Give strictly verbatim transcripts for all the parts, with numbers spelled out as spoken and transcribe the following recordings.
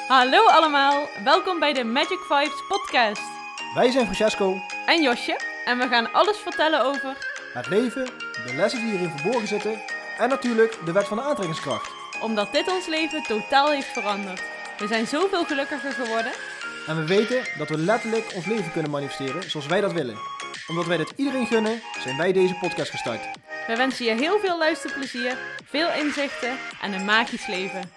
Hallo allemaal, welkom bij de Magic Vibes podcast. Wij zijn Francesco. En Josje, en we gaan alles vertellen over Het leven, de lessen die hierin verborgen zitten en natuurlijk de wet van de aantrekkingskracht. omdat dit ons leven totaal heeft veranderd. We zijn zoveel gelukkiger geworden. En we weten dat we letterlijk ons leven kunnen manifesteren zoals wij dat willen. Omdat wij dit iedereen gunnen, zijn wij deze podcast gestart. We wensen je heel veel luisterplezier, veel inzichten en een magisch leven.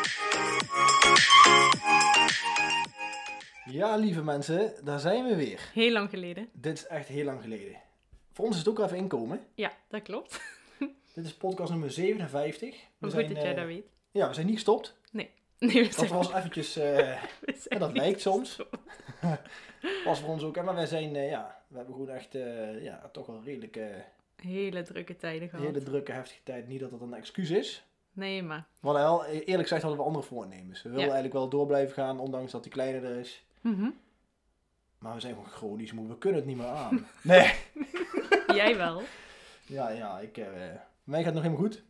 Ja, lieve mensen, daar zijn we weer. Heel lang geleden. Dit is echt heel lang geleden. Voor ons is het ook even inkomen. Ja, dat klopt. Dit is podcast nummer zevenenvijftig. We Hoe zijn, goed dat jij eh, dat weet. Ja, we zijn niet gestopt. Nee. nee we Dat zijn... was eventjes... eh, we zijn ja, dat niet lijkt soms. gestopt. was voor ons ook. hè, Maar wij zijn, eh, ja, we hebben gewoon echt, eh, ja, toch wel redelijk... eh, Hele drukke tijden gehad. hele drukke, heftige tijd. Niet dat dat een excuus is. Nee, maar. We hadden wel, eerlijk gezegd hadden we andere voornemens. We wilden Ja. eigenlijk wel door blijven gaan, ondanks dat die kleine er is. Mhm. Maar we zijn gewoon chronisch moe. We kunnen het niet meer aan. Nee. Jij wel. Ja, ja. Ik, eh, voor mij gaat het nog helemaal goed.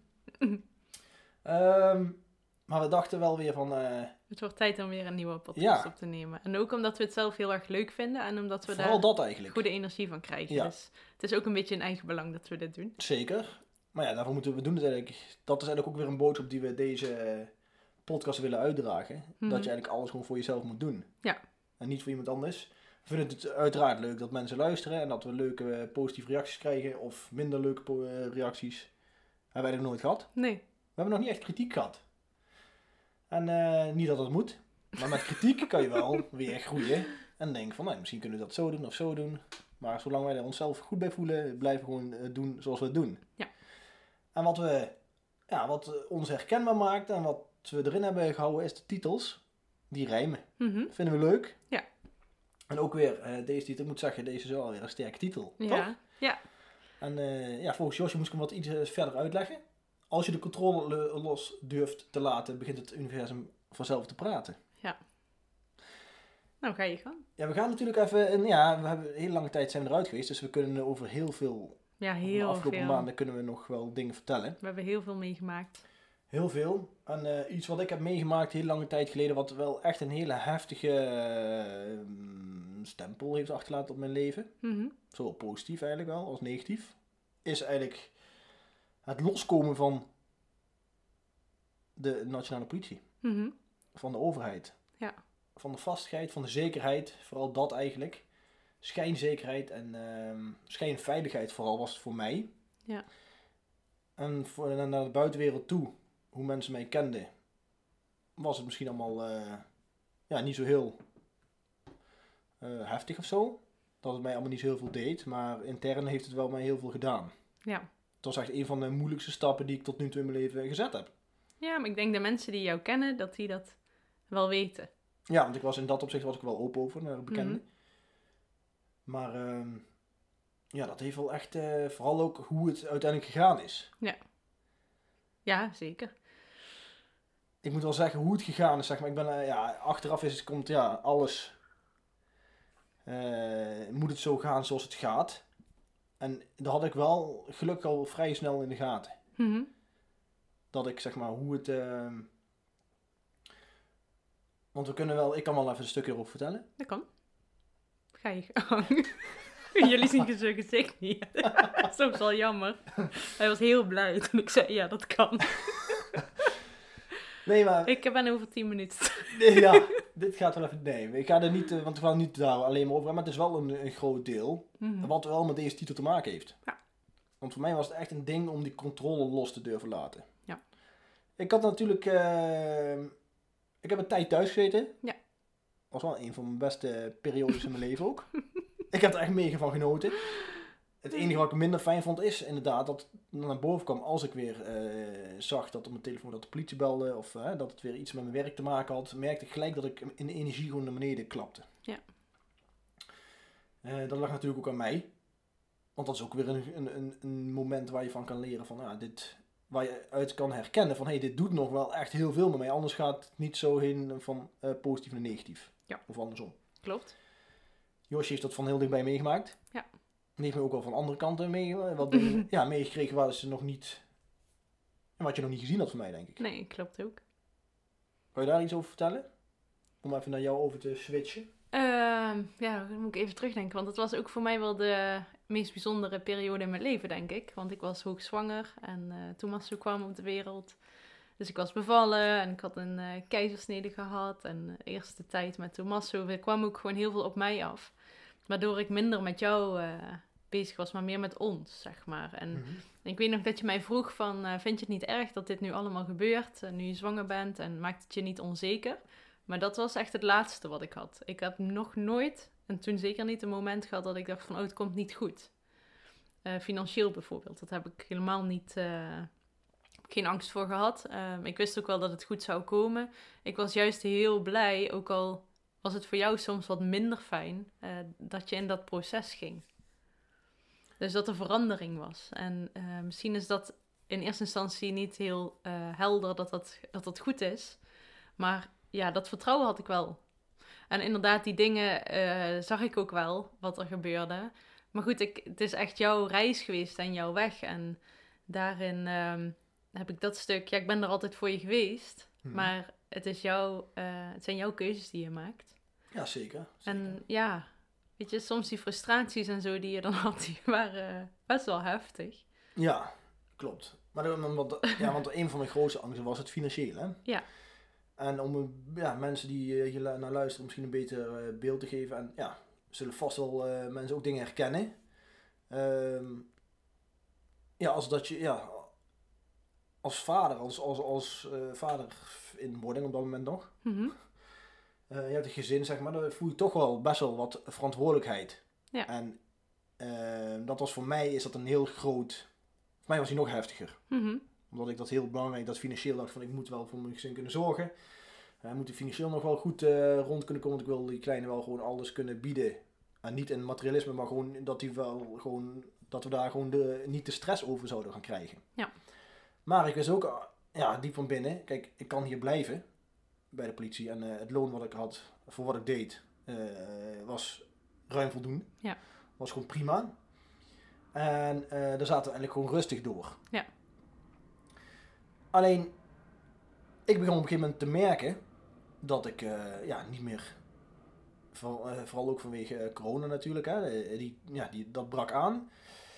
Ehm, maar we dachten wel weer van... eh, Het wordt tijd om weer een nieuwe podcast Ja. op te nemen. En ook omdat we het zelf heel erg leuk vinden en omdat we vooral daar dat eigenlijk. goede energie van krijgen. Ja. Dus het is ook een beetje in eigen belang dat we dit doen. Zeker. Maar ja, daarvoor moeten we doen het eigenlijk. Dat is eigenlijk ook weer een boodschap die we deze eh, podcast willen uitdragen. Mhm. Dat je eigenlijk alles gewoon voor jezelf moet doen. Ja. En niet voor iemand anders. We vinden het uiteraard leuk dat mensen luisteren en dat we leuke eh, positieve reacties krijgen of minder leuke po- eh, reacties. Hebben wij nog nooit gehad. Nee. We hebben nog niet echt kritiek gehad. En eh, niet dat dat moet, maar met kritiek kan je wel weer groeien. En denken van, nou, misschien kunnen we dat zo doen of zo doen. Maar zolang wij er onszelf goed bij voelen, blijven we gewoon eh, doen zoals we het doen. Ja. En wat, we, ja, wat ons herkenbaar maakt en wat we erin hebben gehouden is de titels. Die rijmen. Mhm. Vinden we leuk. Ja. En ook weer, eh, deze titel, ik moet zeggen, deze is wel weer een sterke titel. Toch? Ja. Ja. En eh, ja, volgens Josje moest ik hem wat iets eh, verder uitleggen. Als je de controle lo- los durft te laten, begint het universum vanzelf te praten. Nou, ga je gang. Ja, we gaan natuurlijk even, en ja, we hebben een hele lange tijd zijn we eruit geweest, dus we kunnen over heel veel, Ja, de heel afgelopen veel. maanden kunnen we nog wel dingen vertellen. We hebben heel veel meegemaakt. Heel veel. En eh, iets wat ik heb meegemaakt heel lange tijd geleden, wat wel echt een hele heftige eh, stempel heeft achtergelaten op mijn leven. Mhm. Zowel positief eigenlijk wel, als negatief. Is eigenlijk het loskomen van de nationale politie. Mhm. Van de overheid. Ja. Van de vastigheid, van de zekerheid. Vooral dat eigenlijk. Schijnzekerheid en ehm, schijnveiligheid vooral was het voor mij. Ja. En voor, naar naar de buitenwereld toe, hoe mensen mij kenden, was het misschien allemaal eh, ja, niet zo heel eh, heftig of zo. Dat het mij allemaal niet zo heel veel deed. Maar intern heeft het wel mij heel veel gedaan. Ja. Het was echt een van de moeilijkste stappen die ik tot nu toe in mijn leven gezet heb. Ja, maar ik denk de mensen die jou kennen, dat die dat wel weten. Ja, want ik was in dat opzicht was ik wel open over naar bekenden. Mhm. Maar ehm, ja, dat heeft wel echt, eh, vooral ook hoe het uiteindelijk gegaan is. Ja, zeker. Ik moet wel zeggen hoe het gegaan is, zeg maar. Ik ben, eh, ja, achteraf is het, komt, ja, alles, eh, moet het zo gaan zoals het gaat. En dat had ik wel gelukkig al vrij snel in de gaten. Mhm. Dat ik, zeg maar, hoe het... ehm, want we kunnen wel, ik kan wel even een stukje erover vertellen. Dat kan. Ga je gang. Jullie zien zijn gezicht niet. Dat is soms wel jammer. Hij was heel blij toen ik zei, ja, dat kan. Nee, maar... Ik ben over tien minuten. Nee, ja, dit gaat wel even... Nee, ik ga er niet... eh, want we gaan niet daar alleen maar over. Maar het is wel een, een groot deel. Mhm. Wat wel met deze titel te maken heeft. Ja. Want voor mij was het echt een ding om die controle los te durven laten. Ja. Ik had natuurlijk... eh, ik heb een tijd thuis gezeten. Ja. Was wel een van mijn beste periodes in mijn leven ook. Ik heb er echt mega van genoten. Het enige wat ik minder fijn vond is inderdaad dat het naar boven kwam als ik weer eh, zag dat op mijn telefoon dat de politie belde of eh, dat het weer iets met mijn werk te maken had, merkte ik gelijk dat ik in de energie gewoon naar beneden klapte. Ja. Eh, dat lag natuurlijk ook aan mij. Want dat is ook weer een, een, een, een moment waar je van kan leren van, ja, dit, waar je uit kan herkennen van, hé, hey, dit doet nog wel echt heel veel met mij. Anders gaat het niet zo heen van uh, positief naar negatief. Ja. Of andersom. Klopt. Josje heeft dat van heel dichtbij meegemaakt. Ja. Die heeft me ook wel van andere kanten mee, wat dingen, ja, meegekregen waar ze nog niet, wat je nog niet gezien had van mij, denk ik. Nee, klopt ook. Kan je daar iets over vertellen? Om even naar jou over te switchen. Ehm, ja, dan moet ik even terugdenken. Want het was ook voor mij wel de meest bijzondere periode in mijn leven, denk ik. Want ik was hoogzwanger en uh, Tommaso kwam op de wereld. Dus ik was bevallen en ik had een uh, keizersnede gehad. En de eerste tijd met Tommaso, er kwam ook gewoon heel veel op mij af. Waardoor ik minder met jou uh, bezig was, maar meer met ons, zeg maar. En Mm-hmm. ik weet nog dat je mij vroeg van, uh, vind je het niet erg dat dit nu allemaal gebeurt? Uh, nu je zwanger bent en maakt het je niet onzeker? Maar dat was echt het laatste wat ik had. Ik heb nog nooit, en toen zeker niet een moment gehad dat ik dacht van, oh, het komt niet goed. Uh, financieel bijvoorbeeld, dat heb ik helemaal niet, uh, geen angst voor gehad. Uh, ik wist ook wel dat het goed zou komen. Ik was juist heel blij, ook al was het voor jou soms wat minder fijn, uh, dat je in dat proces ging. Dus dat er verandering was. En uh, misschien is dat in eerste instantie niet heel uh, helder dat dat, dat dat goed is. Maar ja, dat vertrouwen had ik wel. En inderdaad, die dingen uh, zag ik ook wel, wat er gebeurde. Maar goed, ik, het is echt jouw reis geweest en jouw weg. En daarin um, heb ik dat stuk... Ja, ik ben er altijd voor je geweest. Hmm. Maar het, is jouw, uh, het zijn jouw keuzes die je maakt. Ja, zeker, zeker. En ja, weet je, soms die frustraties en zo die je dan had, die waren best wel heftig. Ja, klopt. Maar want, ja, want een van mijn grootste angsten was het financiële. Hè? Ja. En om ja, mensen die hier naar luisteren misschien een beter uh, beeld te geven. En ja, zullen vast wel uh, mensen ook dingen herkennen. Um, ja, als dat je, ja, als vader, als, als, als uh, vader in wording op dat moment nog. Mm-hmm. Uh, je hebt een gezin, zeg maar, dan voel je toch wel best wel wat verantwoordelijkheid. Ja. En uh, dat was voor mij, is dat een heel groot, voor mij was hij nog heftiger. Mm-hmm. Omdat ik dat heel belangrijk, dat financieel dacht van ik moet wel voor mijn gezin kunnen zorgen. Hij uh, moet financieel nog wel goed uh, rond kunnen komen. Want ik wil die kleine wel gewoon alles kunnen bieden. En niet in materialisme, maar gewoon dat, die wel gewoon, dat we daar gewoon de, niet de stress over zouden gaan krijgen. Ja. Maar ik wist ook, ja, diep van binnen, kijk, ik kan hier blijven bij de politie. En uh, het loon wat ik had voor wat ik deed, uh, was ruim voldoende. Ja. Was gewoon prima. En uh, daar zaten we eigenlijk gewoon rustig door. Ja. Alleen, ik begon op een gegeven moment te merken dat ik uh, ja, niet meer, vooral, uh, vooral ook vanwege uh, corona natuurlijk, hè, die, ja, die, dat brak aan.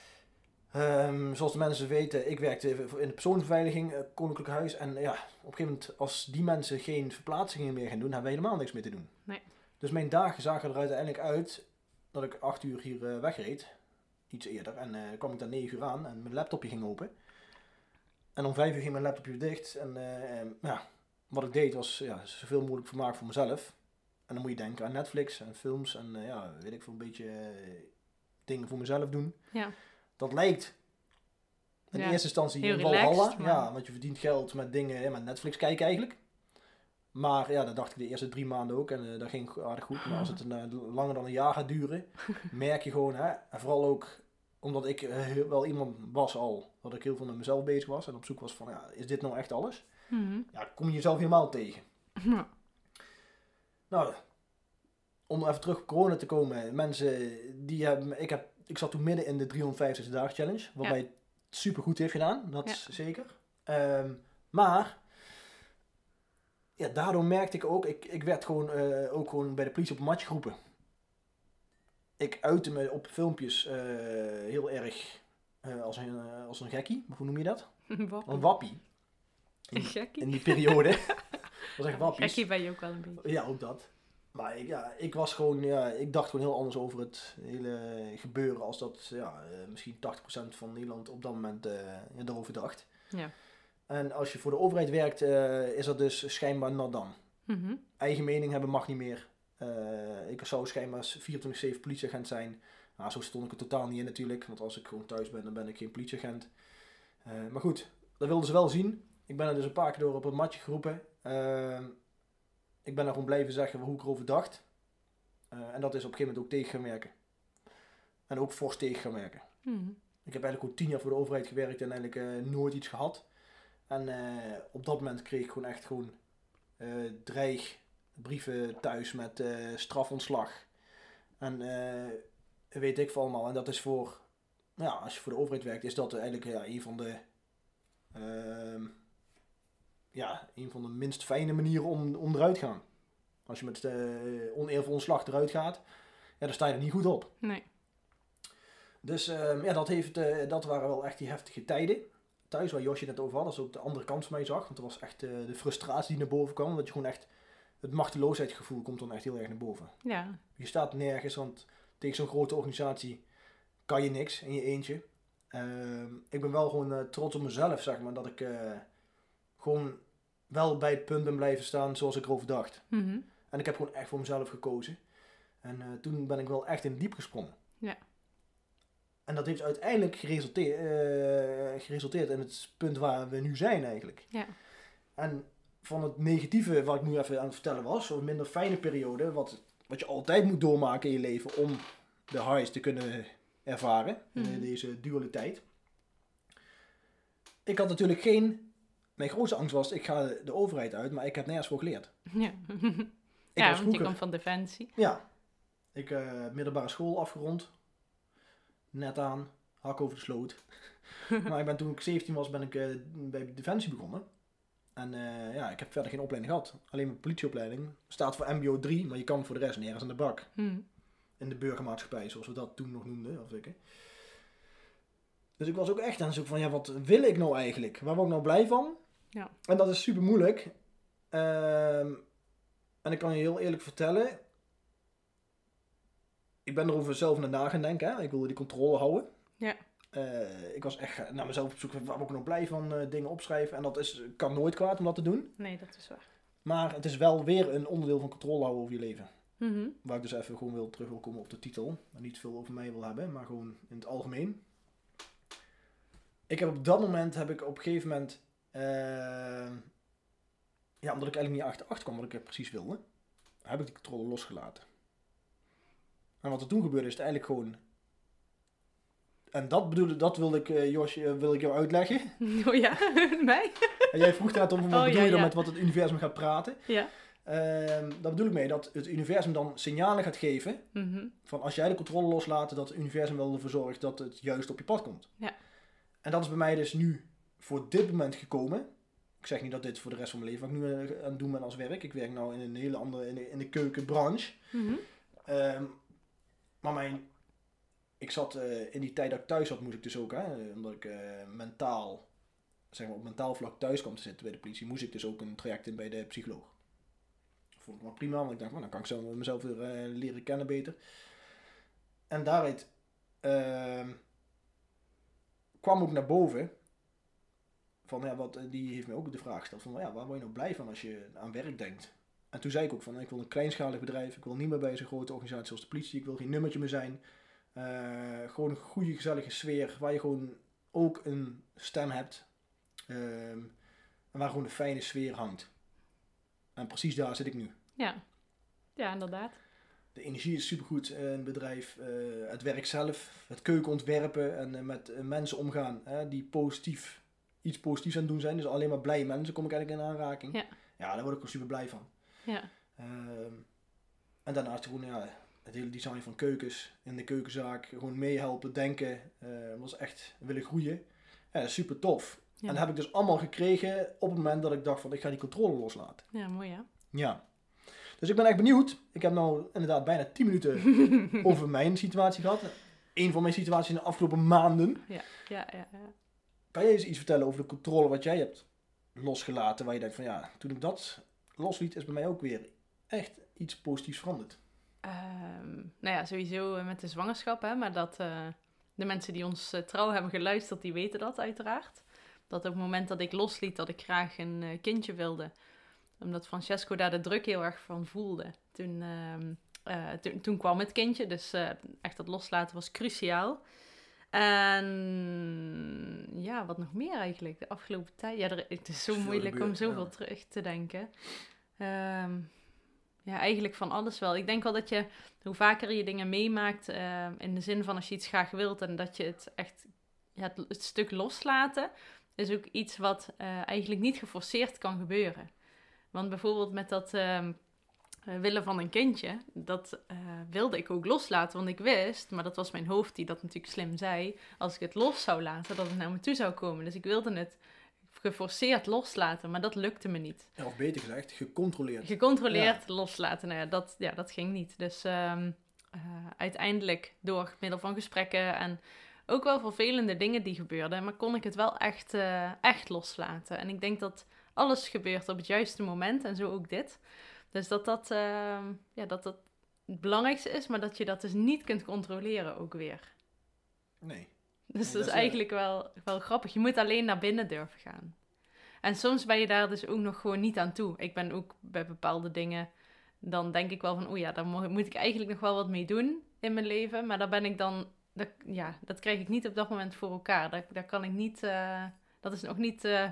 Um, zoals de mensen weten, ik werkte in de persoonsbeveiliging, uh, Koninklijk Huis. En ja, op een gegeven moment, als die mensen geen verplaatsingen meer gaan doen, hebben wij helemaal niks meer te doen. Nee. Dus mijn dagen zagen er uiteindelijk uit dat ik acht uur hier uh, wegreed, iets eerder. En uh, kwam ik daar negen uur aan en mijn laptopje ging open. En om vijf uur ging mijn laptopje dicht. En uh, um, ja, wat ik deed was ja, zoveel mogelijk vermaak voor mezelf. En dan moet je denken aan Netflix en films en uh, ja, weet ik veel, een beetje uh, dingen voor mezelf doen. Ja. Dat lijkt in ja, eerste instantie heel Valhalla. relaxed, maar... Ja, want je verdient geld met dingen, ja, met Netflix kijken eigenlijk. Maar ja, dat dacht ik de eerste drie maanden ook en uh, dat ging aardig goed. Maar als het een, uh, langer dan een jaar gaat duren, merk je gewoon, hè, en vooral ook omdat ik uh, heel, wel iemand was al, dat ik heel veel met mezelf bezig was en op zoek was van, ja, is dit nou echt alles? Mm-hmm. Ja, kom je jezelf helemaal tegen. Ja. Nou, om even terug op corona te komen, mensen die hebben, ik heb, ik zat toen midden in de driehonderdvijfenzestig dagen challenge, waarbij ja. het super goed heeft gedaan, dat ja. is zeker. Um, maar, ja, daardoor merkte ik ook, ik, ik werd gewoon, uh, ook gewoon bij de politie op een matje geroepen. Ik uitte me op filmpjes uh, heel erg uh, als, een, uh, als een gekkie, hoe noem je dat? Een wappie. Een wappie. Een gekkie? In die periode. Dat was echt wappies. Gekkie ben je ook wel een beetje. Ja, ook dat. Maar ik, ja, ik was gewoon, ja, ik dacht gewoon heel anders over het hele gebeuren als dat ja, uh, misschien tachtig procent van Nederland op dat moment uh, erover dacht. Ja. En als je voor de overheid werkt, uh, is dat dus schijnbaar not dan. Mm-hmm. Eigen mening hebben mag niet meer. Uh, ik zou schijnbaar vierentwintig zeven politieagent zijn. Nou, zo stond ik er totaal niet in natuurlijk, want als ik gewoon thuis ben, dan ben ik geen politieagent. Uh, maar goed, dat wilden ze wel zien. Ik ben er dus een paar keer door op een matje geroepen. Uh, ik ben er gewoon blijven zeggen hoe ik erover dacht. Uh, en dat is op een gegeven moment ook tegen gaan werken. En ook fors tegen gaan werken. Mm-hmm. Ik heb eigenlijk ook tien jaar voor de overheid gewerkt en eigenlijk uh, nooit iets gehad. En uh, op dat moment kreeg ik gewoon echt gewoon uh, dreigbrieven thuis met uh, strafontslag. En uh, weet ik veel allemaal. En dat is voor, ja, als je voor de overheid werkt, is dat eigenlijk ja, een van de... Uh, ja, een van de minst fijne manieren om, om eruit te gaan. Als je met uh, oneervol ontslag eruit gaat, ja, dan sta je er niet goed op. Nee. Dus uh, ja, dat, heeft, uh, dat waren wel echt die heftige tijden. Thuis, waar Josje net over had, dat is ook de andere kant van mij zag. Want dat was echt uh, de frustratie die naar boven kwam. Dat je gewoon echt, het machteloosheidgevoel komt dan echt heel erg naar boven. Ja. Je staat nergens, want tegen zo'n grote organisatie kan je niks in je eentje. Uh, ik ben wel gewoon uh, trots op mezelf, zeg maar, dat ik uh, gewoon wel bij het punt ben blijven staan zoals ik erover dacht. Mm-hmm. En ik heb gewoon echt voor mezelf gekozen. En uh, toen ben ik wel echt in het diep gesprongen. Ja. En dat heeft uiteindelijk geresulteerd, uh, geresulteerd in het punt waar we nu zijn eigenlijk. Ja. En van het negatieve wat ik nu even aan het vertellen was, zo'n minder fijne periode, wat, wat je altijd moet doormaken in je leven om de highs te kunnen ervaren, mm-hmm. in deze dualiteit. Ik had natuurlijk geen, mijn grootste angst was, ik ga de overheid uit, maar ik heb nergens voor geleerd. Ja, ik ja was want vroeger, je komt van Defensie. Ja, ik uh, middelbare school afgerond, net aan, hak over de sloot. Maar ik ben, toen ik zeventien was, ben ik uh, bij Defensie begonnen. En uh, ja, ik heb verder geen opleiding gehad. Alleen mijn politieopleiding. Staat voor M B O drie, maar je kan voor de rest nergens aan de bak. Hmm. In de burgermaatschappij, zoals we dat toen nog noemden. Of ik. Dus ik was ook echt aan het zoeken van, ja, wat wil ik nou eigenlijk? Waar word ik nou blij van? Ja. En dat is super moeilijk. Uh, en ik kan je heel eerlijk vertellen. Ik ben erover zelf naar na gaan denken. Hè? Ik wilde die controle houden. Ja. Uh, ik was echt naar mezelf op zoek waar word ik nou blij van, uh, dingen opschrijven. En dat is, kan nooit kwaad om dat te doen. Nee, dat is waar. Maar het is wel weer een onderdeel van controle houden over je leven. Mm-hmm. Waar ik dus even gewoon wil terug wil komen op de titel. En niet veel over mij wil hebben, maar gewoon in het algemeen. Ik heb op dat moment, heb ik op een gegeven moment, uh, ja, omdat ik eigenlijk niet achter, achter kwam wat ik precies wilde, heb ik die controle losgelaten. En wat er toen gebeurde is het eigenlijk gewoon, en dat bedoelde, dat wilde ik, uh, Jos, uh, wil ik jou uitleggen. Oh ja, mij? En jij vroeg net om, wat oh, bedoel ja, je dan ja. met wat het universum gaat praten? Ja. Uh, daar bedoel ik mee dat het universum dan signalen gaat geven. Mm-hmm. Van als jij de controle loslaat, dat het universum wel ervoor zorgt dat het juist op je pad komt. Ja. En dat is bij mij dus nu voor dit moment gekomen. Ik zeg niet dat dit voor de rest van mijn leven wat ik nu aan het doen ben als werk. Ik werk nou in een hele andere, in de, in de keukenbranche. Mm-hmm. Um, maar mijn, ik zat uh, in die tijd dat ik thuis zat, moest ik dus ook, hè, omdat ik uh, mentaal, zeg maar op mentaal vlak thuis kwam te zitten bij de politie, moest ik dus ook een traject in bij de psycholoog. Dat vond ik wel prima, want ik dacht, well, dan kan ik zo mezelf weer uh, leren kennen beter. En daaruit uh, kwam ook naar boven, van ja, wat, die heeft me ook de vraag gesteld van, ja, waar word je nou blij van als je aan werk denkt? En toen zei ik ook van, ik wil een kleinschalig bedrijf, ik wil niet meer bij zo'n grote organisatie zoals de politie, ik wil geen nummertje meer zijn. Uh, gewoon een goede, gezellige sfeer, waar je gewoon ook een stem hebt. Uh, en waar gewoon een fijne sfeer hangt. En precies daar zit ik nu. Ja, ja inderdaad. De energie is supergoed in het bedrijf. Uh, het werk zelf, het keukenontwerpen en uh, met uh, mensen omgaan uh, die positief, iets positiefs aan het doen zijn. Dus alleen maar blije mensen kom ik eigenlijk in aanraking. Ja, ja daar word ik er super blij van. Ja. Uh, en daarnaast gewoon ja, het hele design van keukens in de keukenzaak. Gewoon meehelpen, denken. Uh, was echt willen groeien. Ja, super tof. Ja. En dat heb ik dus allemaal gekregen op het moment dat ik dacht van ik ga die controle loslaten. Ja, mooi hè? Ja. Dus ik ben echt benieuwd. Ik heb nou inderdaad bijna tien minuten over mijn situatie gehad. Eén van mijn situaties in de afgelopen maanden. Ja, ja, ja. ja. Kan jij eens iets vertellen over de controle wat jij hebt losgelaten? Waar je denkt van ja, toen ik dat losliet is bij mij ook weer echt iets positiefs veranderd. Um, nou ja, sowieso met de zwangerschap, hè. Maar dat uh, de mensen die ons uh, trouw hebben geluisterd, die weten dat uiteraard. Dat op het moment dat ik losliet dat ik graag een uh, kindje wilde. Omdat Francesco daar de druk heel erg van voelde. Toen, uh, uh, to- toen kwam het kindje, dus uh, echt dat loslaten was cruciaal. En ja, wat nog meer eigenlijk? De afgelopen tijd. Ja, er, het is zo Veel moeilijk gebeurd, om zoveel ja. terug te denken. Um, ja, eigenlijk van alles wel. Ik denk wel dat je, hoe vaker je dingen meemaakt, uh, in de zin van als je iets graag wilt en dat je het echt, ja, het, het stuk loslaten, is ook iets wat uh, eigenlijk niet geforceerd kan gebeuren. Want bijvoorbeeld met dat uh, willen van een kindje, dat uh, wilde ik ook loslaten. Want ik wist, maar dat was mijn hoofd die dat natuurlijk slim zei, als ik het los zou laten, dat het naar me toe zou komen. Dus ik wilde het geforceerd loslaten, maar dat lukte me niet. Of beter gezegd, gecontroleerd. Gecontroleerd ja. loslaten, nou ja, dat, ja, dat ging niet. Dus um, uh, uiteindelijk door middel van gesprekken en ook wel vervelende dingen die gebeurden, maar kon ik het wel echt, uh, echt loslaten. En ik denk dat alles gebeurt op het juiste moment en zo ook dit. Dus dat dat, uh, ja, dat, dat het belangrijkste is, maar dat je dat dus niet kunt controleren ook weer. Nee. Dus nee, dat is is eigenlijk wel, wel grappig. Je moet alleen naar binnen durven gaan. En soms ben je daar dus ook nog gewoon niet aan toe. Ik ben ook bij bepaalde dingen, dan denk ik wel van, oeh ja, daar moet ik eigenlijk nog wel wat mee doen in mijn leven. Maar daar ben ik dan, dat, ja, dat krijg ik niet op dat moment voor elkaar. Daar, daar kan ik niet, uh, dat is nog niet uh, uh,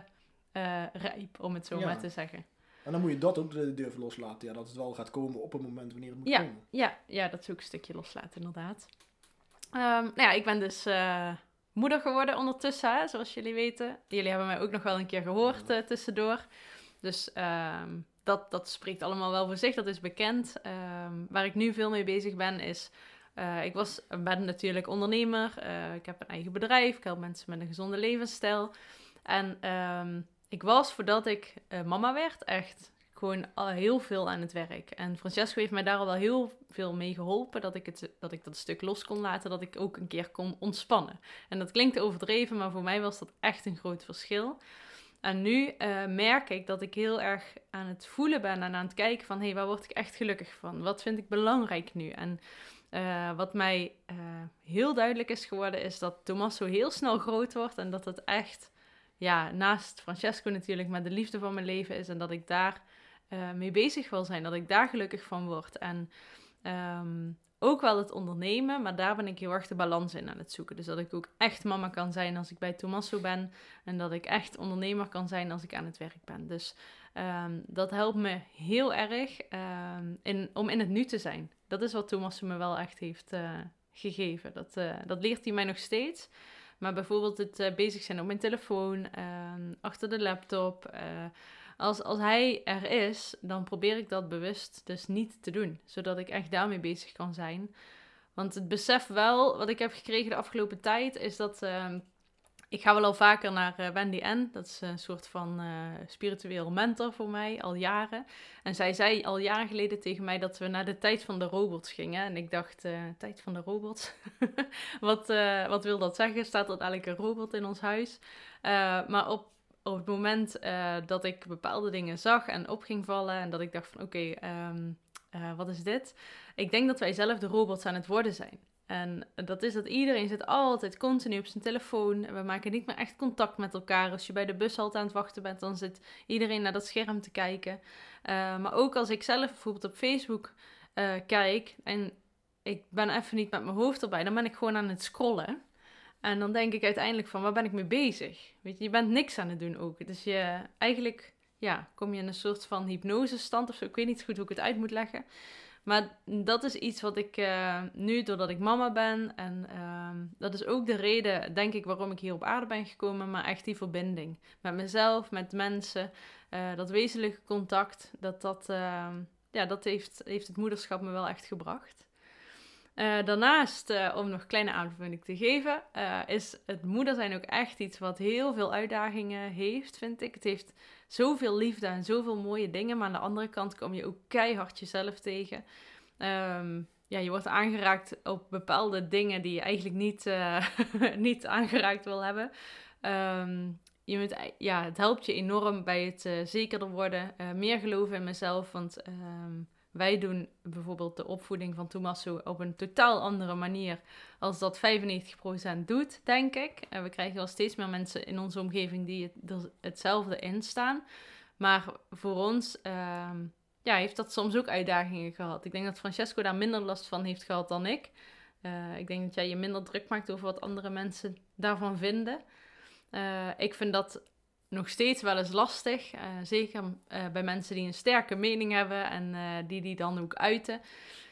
rijp, om het zo ja. maar te zeggen. En dan moet je dat ook durven loslaten. Ja, dat het wel gaat komen op het moment wanneer het moet ja, komen. Ja, ja, dat is ook een stukje loslaten inderdaad. Um, nou ja, ik ben dus uh, moeder geworden ondertussen, hè, zoals jullie weten. Jullie hebben mij ook nog wel een keer gehoord uh, tussendoor. Dus um, dat, dat spreekt allemaal wel voor zich, dat is bekend. Um, waar ik nu veel mee bezig ben is... Uh, ik was, ben natuurlijk ondernemer. Uh, ik heb een eigen bedrijf. Ik help mensen met een gezonde levensstijl. En um, ik was, voordat ik uh, mama werd, echt... gewoon al heel veel aan het werk. En Francesco heeft mij daar al wel heel veel mee geholpen. Dat ik, het, dat ik dat stuk los kon laten. Dat ik ook een keer kon ontspannen. En dat klinkt overdreven, maar voor mij was dat echt een groot verschil. En nu uh, merk ik dat ik heel erg aan het voelen ben en aan het kijken van... hé, hey, waar word ik echt gelukkig van? Wat vind ik belangrijk nu? En uh, wat mij uh, heel duidelijk is geworden... is dat Tommaso heel snel groot wordt. En dat het echt, ja, naast Francesco natuurlijk... met de liefde van mijn leven is. En dat ik daar... Uh, mee bezig wil zijn, dat ik daar gelukkig van word. En um, ook wel het ondernemen, maar daar ben ik heel erg de balans in aan het zoeken. Dus dat ik ook echt mama kan zijn als ik bij Tommaso ben. En dat ik echt ondernemer kan zijn als ik aan het werk ben. Dus um, dat helpt me heel erg um, in, om in het nu te zijn. Dat is wat Tommaso me wel echt heeft uh, gegeven. Dat, uh, dat leert hij mij nog steeds. Maar bijvoorbeeld het uh, bezig zijn op mijn telefoon, uh, achter de laptop... Uh, Als, als hij er is, dan probeer ik dat bewust dus niet te doen. Zodat ik echt daarmee bezig kan zijn. Want het besef wel, wat ik heb gekregen de afgelopen tijd, is dat... Uh, ik ga wel al vaker naar uh, Wendy N. Dat is een soort van uh, spiritueel mentor voor mij, al jaren. En zij zei al jaren geleden tegen mij dat we naar de tijd van de robots gingen. En ik dacht, uh, tijd van de robots? wat, uh, wat wil dat zeggen? Staat er eigenlijk een robot in ons huis? Uh, maar op... Op het moment uh, dat ik bepaalde dingen zag en op ging vallen... en dat ik dacht van oké, okay, um, uh, wat is dit? Ik denk dat wij zelf de robots aan het worden zijn. En dat is dat iedereen zit altijd continu op zijn telefoon. We maken niet meer echt contact met elkaar. Als je bij de bushalte aan het wachten bent... dan zit iedereen naar dat scherm te kijken. Uh, maar ook als ik zelf bijvoorbeeld op Facebook uh, kijk... en ik ben even niet met mijn hoofd erbij... dan ben ik gewoon aan het scrollen... En dan denk ik uiteindelijk van, waar ben ik mee bezig? Weet je, je bent niks aan het doen ook. Dus je, eigenlijk ja, kom je in een soort van hypnosestand of zo. Ik weet niet goed hoe ik het uit moet leggen. Maar dat is iets wat ik uh, nu, doordat ik mama ben... en uh, dat is ook de reden, denk ik, waarom ik hier op aarde ben gekomen... maar echt die verbinding met mezelf, met mensen... Uh, dat wezenlijke contact, dat, dat, uh, ja, dat heeft, heeft het moederschap me wel echt gebracht... Uh, daarnaast, uh, om nog kleine aanvulling te geven, uh, is het moeder zijn ook echt iets wat heel veel uitdagingen heeft, vind ik. Het heeft zoveel liefde en zoveel mooie dingen, maar aan de andere kant kom je ook keihard jezelf tegen. Um, ja, je wordt aangeraakt op bepaalde dingen die je eigenlijk niet, uh, niet aangeraakt wil hebben. Um, je moet, ja, het helpt je enorm bij het uh, zekerder worden, uh, meer geloven in mezelf, want... Um, Wij doen bijvoorbeeld de opvoeding van Tommaso op een totaal andere manier als dat vijfennegentig procent doet, denk ik. En we krijgen wel steeds meer mensen in onze omgeving die het, er hetzelfde in staan. Maar voor ons uh, ja, heeft dat soms ook uitdagingen gehad. Ik denk dat Francesco daar minder last van heeft gehad dan ik. Uh, ik denk dat jij je minder druk maakt over wat andere mensen daarvan vinden. Uh, ik vind dat... nog steeds wel eens lastig. Uh, zeker uh, bij mensen die een sterke mening hebben en uh, die die dan ook uiten.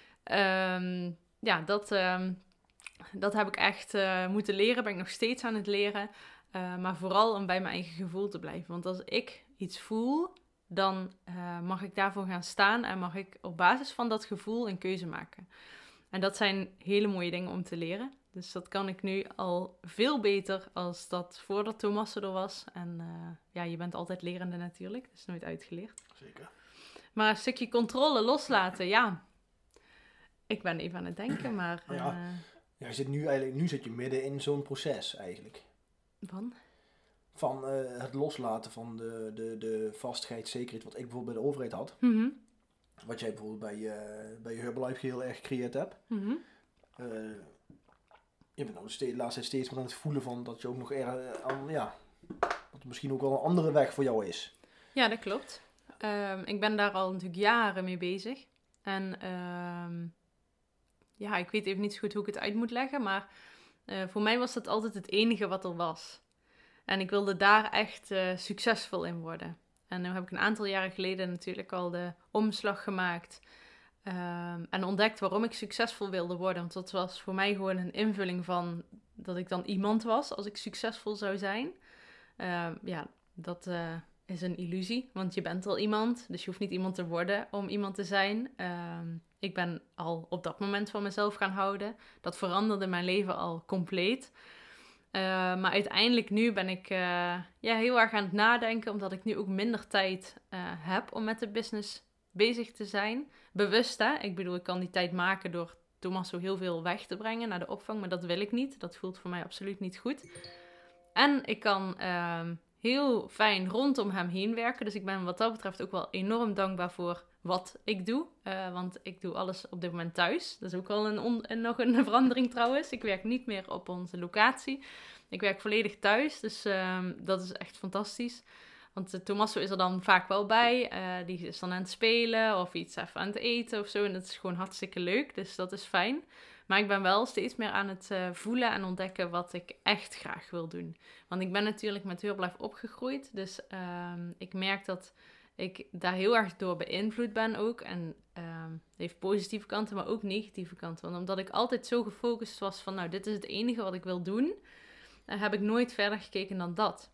Um, ja, dat, um, dat heb ik echt uh, moeten leren. Ben ik nog steeds aan het leren. Uh, maar vooral om bij mijn eigen gevoel te blijven. Want als ik iets voel, dan uh, mag ik daarvoor gaan staan en mag ik op basis van dat gevoel een keuze maken. En dat zijn hele mooie dingen om te leren. Dus dat kan ik nu al veel beter als dat voordat Tommaso er was. En uh, ja, je bent altijd lerende natuurlijk. Dat is nooit uitgeleerd. Zeker. Maar een stukje controle loslaten, ja. Ik ben even aan het denken, maar... Uh, ja, ja, je zit nu, eigenlijk, nu zit je midden in zo'n proces eigenlijk. Van? Van uh, het loslaten van de, de, de vastigheid, zekerheid wat ik bijvoorbeeld bij de overheid had. Mm-hmm. Wat jij bijvoorbeeld bij, uh, bij je Herbalife heel erg gecreëerd hebt. Mm-hmm. Uh, je bent nou de, steeds, de laatste tijd steeds meer aan het voelen van dat je ook nog erg aan, ja, dat er misschien ook wel een andere weg voor jou is. Ja, dat klopt. Um, ik ben daar al natuurlijk jaren mee bezig. En um, ja, ik weet even niet zo goed hoe ik het uit moet leggen, maar uh, voor mij was dat altijd het enige wat er was. En ik wilde daar echt uh, succesvol in worden. En nu heb ik een aantal jaren geleden natuurlijk al de omslag gemaakt. Um, en ontdekt waarom ik succesvol wilde worden. Want dat was voor mij gewoon een invulling van dat ik dan iemand was als ik succesvol zou zijn. Uh, ja, dat uh, is een illusie, want je bent al iemand. Dus je hoeft niet iemand te worden om iemand te zijn. Um, ik ben al op dat moment van mezelf gaan houden. Dat veranderde mijn leven al compleet. Uh, maar uiteindelijk nu ben ik uh, ja, heel erg aan het nadenken, omdat ik nu ook minder tijd uh, heb om met de business bezig te zijn. Bewust, hè? Ik bedoel, ik kan die tijd maken door Tommaso heel veel weg te brengen naar de opvang, maar dat wil ik niet. Dat voelt voor mij absoluut niet goed. En ik kan uh, heel fijn rondom hem heen werken, dus ik ben wat dat betreft ook wel enorm dankbaar voor wat ik doe. Uh, want ik doe alles op dit moment thuis. Dat is ook wel een on- en nog een verandering trouwens. Ik werk niet meer op onze locatie. Ik werk volledig thuis, dus uh, dat is echt fantastisch. Want uh, Tommaso is er dan vaak wel bij. Uh, die is dan aan het spelen of iets even aan het eten of zo. En dat is gewoon hartstikke leuk, dus dat is fijn. Maar ik ben wel steeds meer aan het uh, voelen en ontdekken wat ik echt graag wil doen. Want ik ben natuurlijk met Herbalife opgegroeid. Dus uh, ik merk dat ik daar heel erg door beïnvloed ben ook. En uh, het heeft positieve kanten, maar ook negatieve kanten. Want omdat ik altijd zo gefocust was van, nou, dit is het enige wat ik wil doen, uh, heb ik nooit verder gekeken dan dat.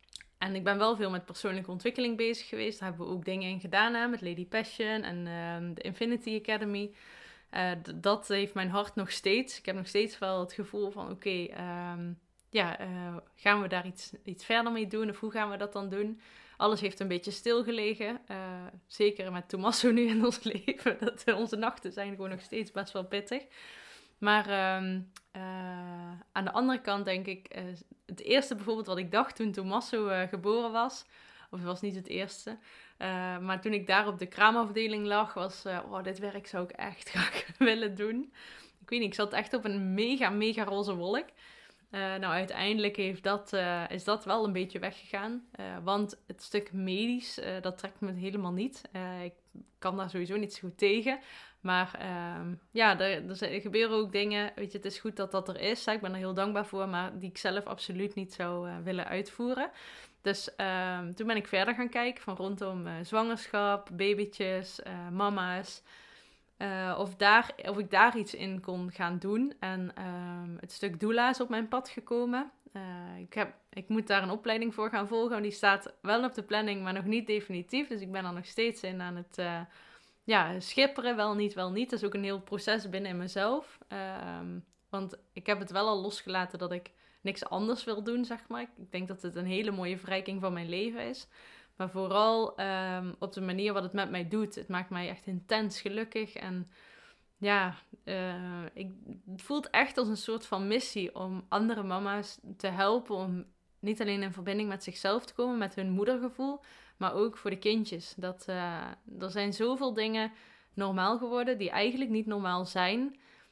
En ik ben wel veel met persoonlijke ontwikkeling bezig geweest. Daar hebben we ook dingen in gedaan, hè, met Lady Passion en uh, de Infinity Academy. Uh, d- dat heeft mijn hart nog steeds. Ik heb nog steeds wel het gevoel van, oké, okay, um, ja, uh, gaan we daar iets, iets verder mee doen? Of hoe gaan we dat dan doen? Alles heeft een beetje stilgelegen. Uh, zeker met Tommaso nu in ons leven. Dat, uh, onze nachten zijn gewoon nog steeds best wel pittig. Maar um, uh, aan de andere kant denk ik, uh, het eerste bijvoorbeeld wat ik dacht toen Tommaso uh, geboren was, of het was niet het eerste, uh, maar toen ik daar op de kraamafdeling lag, was, uh, oh, dit werk zou ik echt graag willen doen. Ik weet niet, ik zat echt op een mega, mega roze wolk. Uh, nou, uiteindelijk heeft dat, uh, is dat wel een beetje weggegaan. Uh, want het stuk medisch, uh, dat trekt me helemaal niet. Uh, ik kan daar sowieso niet zo goed tegen. Maar uh, ja, er, er gebeuren ook dingen. Weet je, het is goed dat dat er is. Ik ben er heel dankbaar voor, maar die ik zelf absoluut niet zou uh, willen uitvoeren. Dus uh, toen ben ik verder gaan kijken van rondom uh, zwangerschap, babytjes, uh, mama's. Uh, of, daar, of ik daar iets in kon gaan doen. En uh, het stuk doula is op mijn pad gekomen. Uh, ik, heb, ik moet daar een opleiding voor gaan volgen. Die staat wel op de planning, maar nog niet definitief. Dus ik ben er nog steeds in aan het uh, ja, schipperen. Wel niet, wel niet. Dat is ook een heel proces binnen in mezelf. Uh, want ik heb het wel al losgelaten dat ik niks anders wil doen, zeg maar. Ik denk dat het een hele mooie verrijking van mijn leven is. Maar vooral um, op de manier wat het met mij doet. Het maakt mij echt intens gelukkig. En ja, uh, ik, het voelt echt als een soort van missie om andere mama's te helpen. Om niet alleen in verbinding met zichzelf te komen, met hun moedergevoel. Maar ook voor de kindjes. Dat, uh, er zijn zoveel dingen normaal geworden die eigenlijk niet normaal zijn.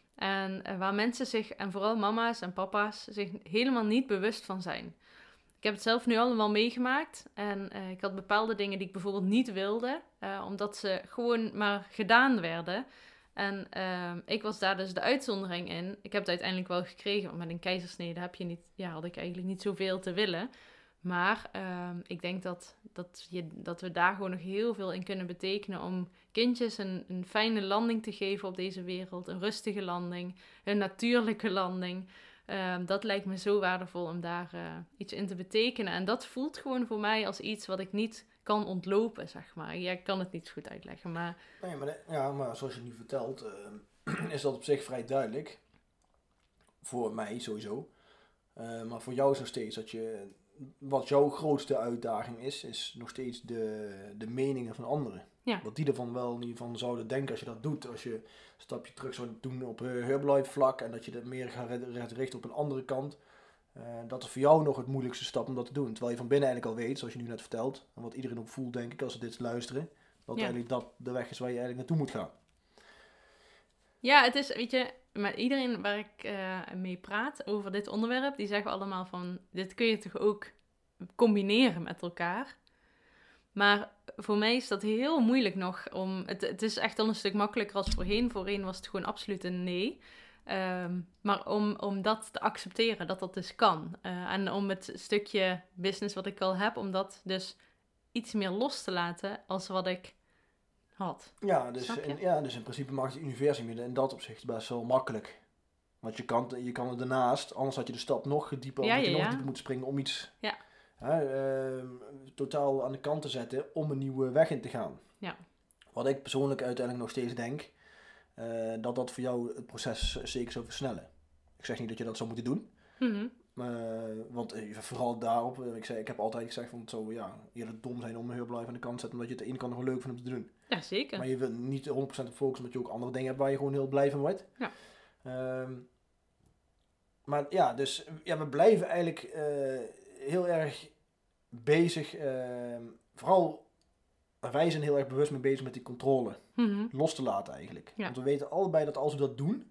En uh, waar mensen zich, en vooral mama's en papa's, zich helemaal niet bewust van zijn. Ik heb het zelf nu allemaal meegemaakt. En uh, ik had bepaalde dingen die ik bijvoorbeeld niet wilde. Uh, omdat ze gewoon maar gedaan werden. En uh, ik was daar dus de uitzondering in. Ik heb het uiteindelijk wel gekregen. Want met een keizersnede heb je niet, ja, had ik eigenlijk niet zoveel te willen. Maar uh, ik denk dat, dat, je, dat we daar gewoon nog heel veel in kunnen betekenen. Om kindjes een, een fijne landing te geven op deze wereld. Een rustige landing. Een natuurlijke landing. Uh, dat lijkt me zo waardevol om daar uh, iets in te betekenen. En dat voelt gewoon voor mij als iets wat ik niet kan ontlopen, zeg maar. Ja, ik kan het niet goed uitleggen, maar... Nee, maar, de, ja, maar zoals je nu vertelt, uh, is dat op zich vrij duidelijk. Voor mij sowieso. Uh, maar voor jou is nog steeds dat je... Wat jouw grootste uitdaging is, is nog steeds de, de meningen van anderen. Ja. Wat die ervan wel niet van zouden denken als je dat doet. Als je een stapje terug zou doen op uh, Herbalife vlak en dat je dat meer gaat richten op een andere kant. Uh, dat is voor jou nog het moeilijkste stap om dat te doen. Terwijl je van binnen eigenlijk al weet, zoals je nu net vertelt. En wat iedereen ook voelt, denk ik, als ze dit luisteren. Dat ja. eigenlijk dat de weg is waar je eigenlijk naartoe moet gaan. Ja, het is, weet je, maar iedereen waar ik uh, mee praat over dit onderwerp, die zeggen allemaal van, dit kun je toch ook combineren met elkaar. Maar voor mij is dat heel moeilijk nog om, het, het is echt al een stuk makkelijker als voorheen. Voorheen was het gewoon absoluut een nee. Um, maar om, om dat te accepteren, dat dat dus kan. Uh, en om het stukje business wat ik al heb, om dat dus iets meer los te laten als wat ik had. Ja, dus in, ja, dus in principe maakt het universum in dat opzicht best wel makkelijk. Want je kan, je kan er daarnaast, anders had je de stap nog dieper, ja, ja, nog ja. dieper moeten springen om iets ja. hè, uh, totaal aan de kant te zetten om een nieuwe weg in te gaan. Ja. Wat ik persoonlijk uiteindelijk nog steeds denk, uh, dat dat voor jou het proces zeker zou versnellen. Ik zeg niet dat je dat zou moeten doen. Mm-hmm. Uh, want uh, vooral daarop, ik, zei, ik heb altijd gezegd van het zou ja, eerder dom zijn om een Herbalife aan de kant te zetten, omdat je het de ene kant nog wel leuk vindt om te doen. Ja, zeker. Maar je wilt niet honderd procent op focussen, omdat je ook andere dingen hebt waar je gewoon heel blij van wordt. Ja. Um, maar ja, dus ja, we blijven eigenlijk uh, heel erg bezig, uh, vooral wij zijn heel erg bewust mee bezig met die controle. Mm-hmm. Los te laten eigenlijk. Ja. Want we weten allebei dat als we dat doen,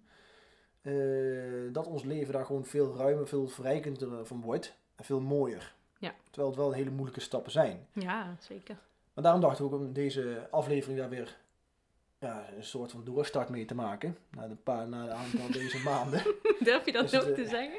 Uh, dat ons leven daar gewoon veel ruimer, veel verrijkender van wordt. En veel mooier. Ja. Terwijl het wel hele moeilijke stappen zijn. Ja, zeker. Maar daarom dachten we ook om deze aflevering daar weer ja, een soort van doorstart mee te maken. Na een paar, na een aantal deze maanden. Durf je dat ook het, te uh, zeggen?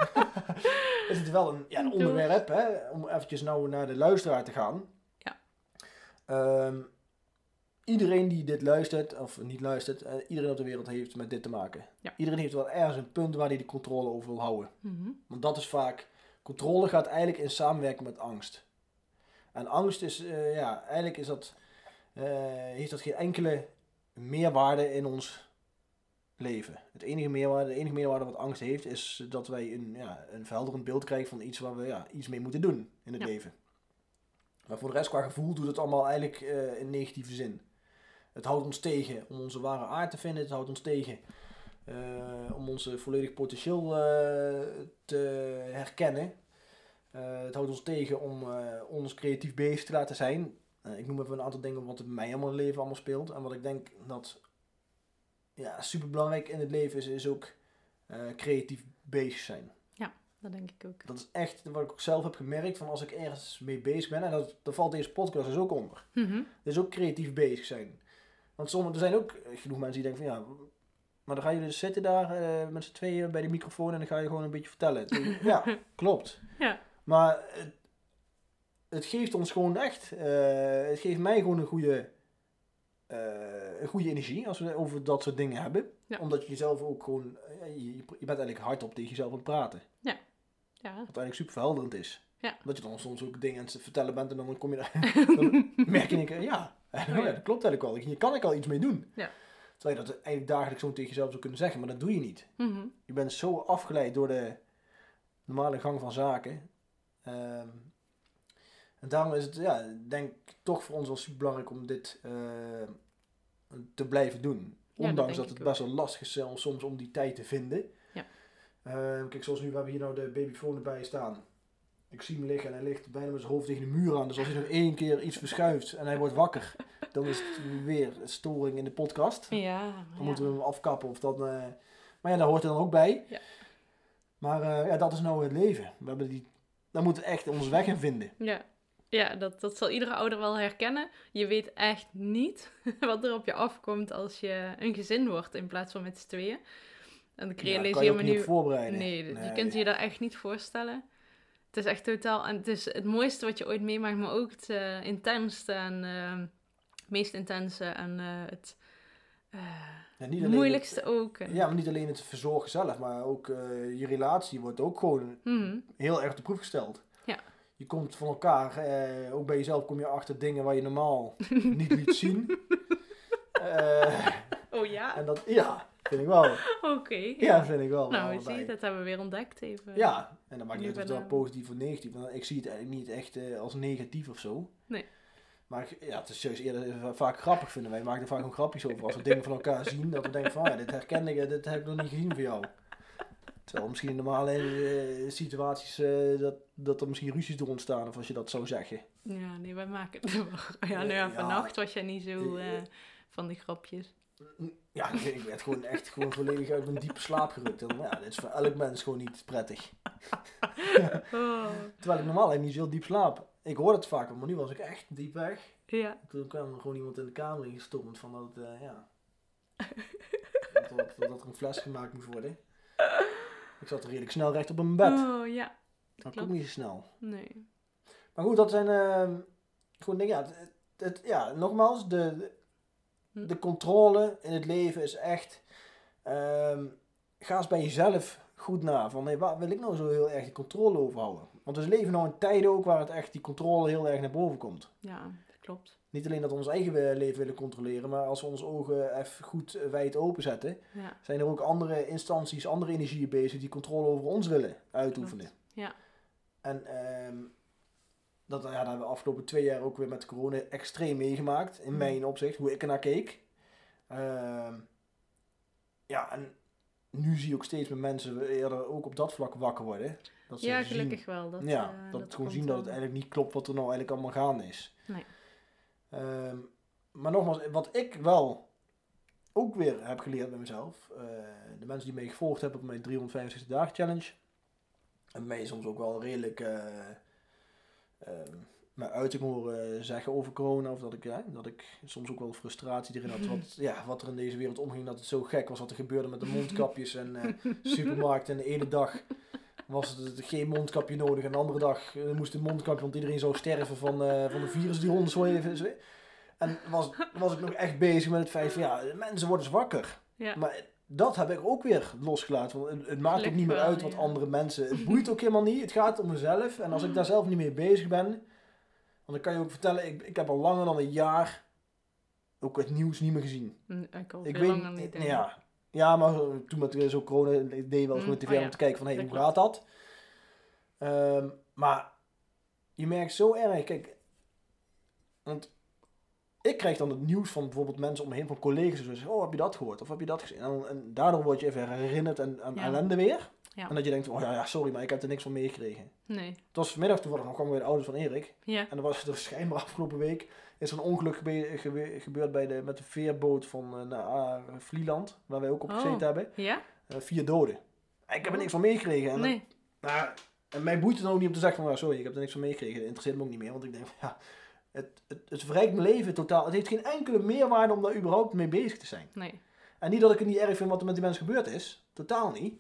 Is het wel een, ja, een onderwerp, hè, om eventjes nou naar de luisteraar te gaan. Ja. Um, Iedereen die dit luistert, of niet luistert, uh, iedereen op de wereld heeft met dit te maken. Ja. Iedereen heeft wel ergens een punt waar hij de controle over wil houden. Mm-hmm. Want dat is vaak, controle gaat eigenlijk in samenwerking met angst. En angst is, uh, ja, eigenlijk is dat, uh, heeft dat geen enkele meerwaarde in ons leven. Het enige meerwaarde, de enige meerwaarde wat angst heeft, is dat wij een, ja, een verhelderend beeld krijgen van iets waar we ja, iets mee moeten doen in het ja. leven. Maar voor de rest qua gevoel doet het allemaal eigenlijk uh, in negatieve zin. Het houdt ons tegen om onze ware aard te vinden. Het houdt ons tegen uh, om onze volledige potentieel uh, te herkennen. Uh, het houdt ons tegen om uh, ons creatief bezig te laten zijn. Uh, ik noem even een aantal dingen wat bij mij allemaal in het leven allemaal speelt. En wat ik denk dat ja, super belangrijk in het leven is, is ook uh, creatief bezig zijn. Ja, dat denk ik ook. Dat is echt wat ik ook zelf heb gemerkt van als ik ergens mee bezig ben. En dat, daar valt deze podcast dus ook onder. Mm-hmm. Dus ook creatief bezig zijn. Want sommige, er zijn ook genoeg mensen die denken van ja, maar dan ga je dus zitten daar uh, met z'n tweeën bij de microfoon en dan ga je gewoon een beetje vertellen. Dus, ja, klopt. Ja. Maar het, het geeft ons gewoon echt, uh, het geeft mij gewoon een goede, uh, een goede energie als we over dat soort dingen hebben. Ja. Omdat je jezelf ook gewoon, uh, je, je bent eigenlijk hardop tegen jezelf aan het praten. Ja. Ja. Wat eigenlijk super verhelderend is. Ja. Dat je dan soms ook dingen aan het vertellen bent en dan kom je daar, dan merk je ik, ja, ja, dat klopt eigenlijk wel. Hier kan ik al iets mee doen. Ja. Terwijl je dat eigenlijk dagelijks zo tegen jezelf zou kunnen zeggen, maar dat doe je niet. Mm-hmm. Je bent zo afgeleid door de normale gang van zaken. Um, en daarom is het, ja, denk ik toch voor ons wel super belangrijk om dit uh, te blijven doen. Ja, Ondanks dat dat het ook. best wel lastig is soms om die tijd te vinden. Ja. Uh, kijk, zoals nu, we hebben hier nou de babyfoon erbij staan. Ik zie hem liggen en hij ligt bijna met zijn hoofd tegen de muur aan. Dus als hij nog één keer iets verschuift en hij wordt wakker, dan is het weer een storing in de podcast. Ja. Dan ja. moeten we hem afkappen. Of dan, uh... Maar ja, daar hoort er dan ook bij. Ja. Maar uh, ja, dat is nou het leven. We hebben die... Daar moeten we echt onze weg in vinden. Ja, ja dat, dat zal iedere ouder wel herkennen. Je weet echt niet wat er op je afkomt als je een gezin wordt in plaats van met z'n tweeën. En ik realiseer ja, kan je ook me niet nu... op voorbereiden. Nee, nee, je kunt je dat echt niet voorstellen. Het is echt totaal... En het is het mooiste wat je ooit meemaakt, maar ook het uh, intenste en uh, meest intense en uh, het uh, ja, niet moeilijkste het, ook. Ja, maar niet alleen het verzorgen zelf, maar ook uh, je relatie wordt ook gewoon mm-hmm. heel erg op de proef gesteld. Ja. Je komt van elkaar, uh, ook bij jezelf kom je achter dingen waar je normaal niet liet zien. Uh, oh ja? En dat, ja, Vind ik wel. Oké. Okay, ja. ja, vind ik wel. Nou, zie je, dat hebben we weer ontdekt even. Ja, en dan maakt niet uit of ben, dat positief of negatief. Ik zie het eigenlijk niet echt uh, als negatief of zo. Nee. Maar ja, het is juist eerder vaak grappig vinden wij. We maken er vaak gewoon grapjes over als we dingen van elkaar zien. Dat we denken van, ja, dit herken ik, dit heb ik nog niet gezien van jou. Terwijl misschien in normale uh, situaties uh, dat, dat er misschien ruzies door ontstaan, of als je dat zou zeggen. Ja, nee, wij maken het wel. Ja, nou ja, vannacht was jij niet zo uh, van die grapjes. Ja, ik werd gewoon echt gewoon volledig uit mijn diepe slaap gerukt. En ja, dit is voor elk mens gewoon niet prettig. oh. Terwijl ik normaal eigenlijk niet zo heel diep slaap. Ik hoorde het vaak, maar nu was ik echt diep weg. Ja. Toen kwam er gewoon iemand in de kamer ingestormd van dat het, uh, ja... dat, dat, dat er een fles gemaakt moest worden. Ik zat redelijk snel recht op mijn bed. Oh, ja. Dat klopt. Ook niet zo snel. Nee. Maar goed, dat zijn uh, gewoon dingen, ja, het, het, ja, nogmaals, de, de, de controle in het leven is echt, um, ga eens bij jezelf goed na, van hey, waar wil ik nou zo heel erg de controle over houden? Want we leven nou in tijden ook waar het echt die controle heel erg naar boven komt. Ja, dat klopt. Niet alleen dat we ons eigen leven willen controleren, maar als we onze ogen even goed wijd openzetten, ja. zijn er ook andere instanties, andere energieën bezig die controle over ons willen uitoefenen. Klopt. Ja. En um, dat, ja, dat hebben we afgelopen twee jaar ook weer met corona extreem meegemaakt, in mijn opzicht, hoe ik ernaar keek. Um, ja, en nu zie je ook steeds meer mensen eerder ook op dat vlak wakker worden. Dat ze ja, zien, gelukkig wel. Dat, ja, uh, dat, dat gewoon zien dat het eigenlijk niet klopt wat er nou eigenlijk allemaal gaande is. Nee. Um, maar nogmaals, wat ik wel ook weer heb geleerd bij mezelf, uh, de mensen die mij gevolgd hebben op mijn driehonderdvijfenzestig dagen challenge, en mij soms ook wel redelijk uh, uh, mijn uiting horen zeggen over corona, of dat ik, ja, dat ik soms ook wel frustratie erin had, wat, ja, wat er in deze wereld omging, dat het zo gek was wat er gebeurde met de mondkapjes en uh, supermarkten. En de ene dag was het geen mondkapje nodig en de andere dag uh, moest een mondkapje, want iedereen zou sterven van, uh, van de virus die rond zo even. En was, was ik nog echt bezig met het feit van, ja, mensen worden zwakker. Ja. Maar dat heb ik ook weer losgelaten. Want het, het maakt Gelukkig ook niet meer wel, uit wat ja. andere mensen... Het boeit ook helemaal niet. Het gaat om mezelf. En als ik daar zelf niet mee bezig ben... Want dan kan je ook vertellen... Ik, ik heb al langer dan een jaar... ook het nieuws niet meer gezien. Ik al ik veel weet, langer niet. Denk. Ja, ja, maar toen met zo corona... Ik deed wel eens mm, tv oh, ja. om te kijken van... Hé, hey, hoe gaat dat? Um, maar... Je merkt zo erg... Kijk... Want... Ik krijg dan het nieuws van bijvoorbeeld mensen om me heen, van collega's. Die zeggen, oh, heb je dat gehoord? Of heb je dat gezien? En, en daardoor word je even herinnerd aan, aan ja. ellende weer. Ja. En dat je denkt, oh ja, ja, sorry, maar ik heb er niks van meegekregen. Nee. Het was vanmiddag toevallig, nog kwamen we bij de ouders van Erik. Ja. En dan was er schijnbaar afgelopen week, is er een ongeluk gebe- gebe- gebeurd bij de, met de veerboot van uh, naar uh, Vlieland, waar wij ook op gezeten oh. hebben. Ja? Uh, vier doden. En ik heb er niks van meegekregen. En nee. Dat, nou, en mij boeit het ook niet om te zeggen van, oh, sorry, ik heb er niks van meegekregen. Dat interesseert me ook niet meer, want ik denk, ja... Het, het, het verrijkt mijn leven totaal. Het heeft geen enkele meerwaarde om daar überhaupt mee bezig te zijn. Nee. En niet dat ik het niet erg vind wat er met die mensen gebeurd is. Totaal niet.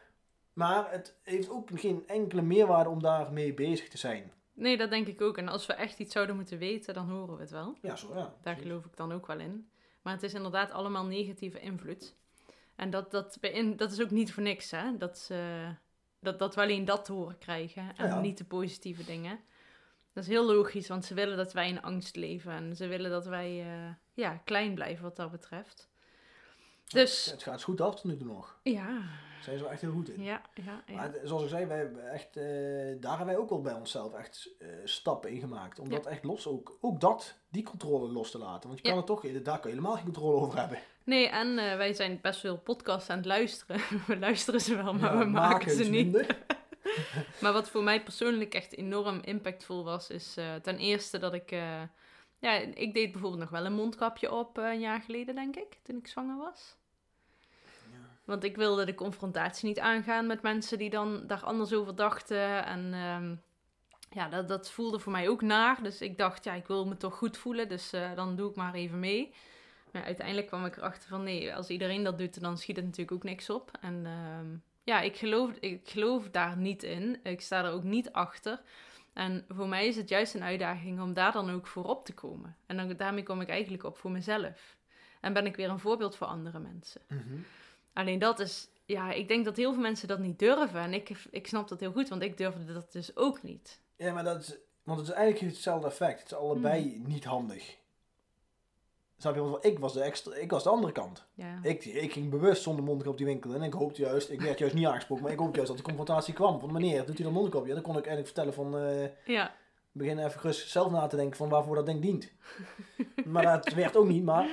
Maar het heeft ook geen enkele meerwaarde om daar mee bezig te zijn. Nee, dat denk ik ook. En als we echt iets zouden moeten weten, dan horen we het wel. Ja, zo ja. Daar geloof ik dan ook wel in. Maar het is inderdaad allemaal negatieve invloed. En dat, dat, dat is ook niet voor niks, hè. Dat, uh, dat, dat we alleen dat te horen krijgen. En ja. niet de positieve dingen. Dat is heel logisch, want ze willen dat wij in angst leven. En ze willen dat wij uh, ja, klein blijven wat dat betreft. Dus... Ja, het gaat goed af tot nu toe nog. Ja. Daar zijn ze wel echt heel goed in. Ja, ja, ja. Maar zoals ik zei, wij hebben echt, uh, daar hebben wij ook wel bij onszelf echt uh, stappen in gemaakt. Om ja. dat echt los, ook, ook dat, die controle los te laten. Want je kan ja. er toch, daar kan je helemaal geen controle over hebben. Nee, en uh, wij zijn best veel podcasts aan het luisteren. We luisteren ze wel, maar ja, we maken ze niet. Minder. Maar wat voor mij persoonlijk echt enorm impactvol was, is uh, ten eerste dat ik... Uh, ja, ik deed bijvoorbeeld nog wel een mondkapje op uh, een jaar geleden, denk ik, toen ik zwanger was. Ja. Want ik wilde de confrontatie niet aangaan met mensen die dan daar anders over dachten. En um, ja, dat, dat voelde voor mij ook naar. Dus ik dacht, ja, ik wil me toch goed voelen, dus uh, dan doe ik maar even mee. Maar uiteindelijk kwam ik erachter van, nee, als iedereen dat doet, dan schiet het natuurlijk ook niks op. En... Um, Ja, ik geloof, ik geloof daar niet in. Ik sta er ook niet achter. En voor mij is het juist een uitdaging om daar dan ook voor op te komen. En dan, daarmee kom ik eigenlijk op voor mezelf. En ben ik weer een voorbeeld voor andere mensen. Mm-hmm. Alleen dat is... Ja, ik denk dat heel veel mensen dat niet durven. En ik, ik snap dat heel goed, want ik durfde dat dus ook niet. Ja, maar dat is... Want het is eigenlijk hetzelfde effect. Het is allebei mm. niet handig. Snap je? Want ik was de, extra, ik was de andere kant. Ja. Ik, ik ging bewust zonder mondkapje op die winkel en ik hoopte juist, ik werd juist niet aangesproken, maar ik hoopte juist dat de confrontatie kwam. Van meneer, doet hij dan mondkapje? En dan kon ik eigenlijk vertellen van, uh, ja. begin even rustig zelf na te denken van waarvoor dat ding dient. Maar dat werkt ook niet, maar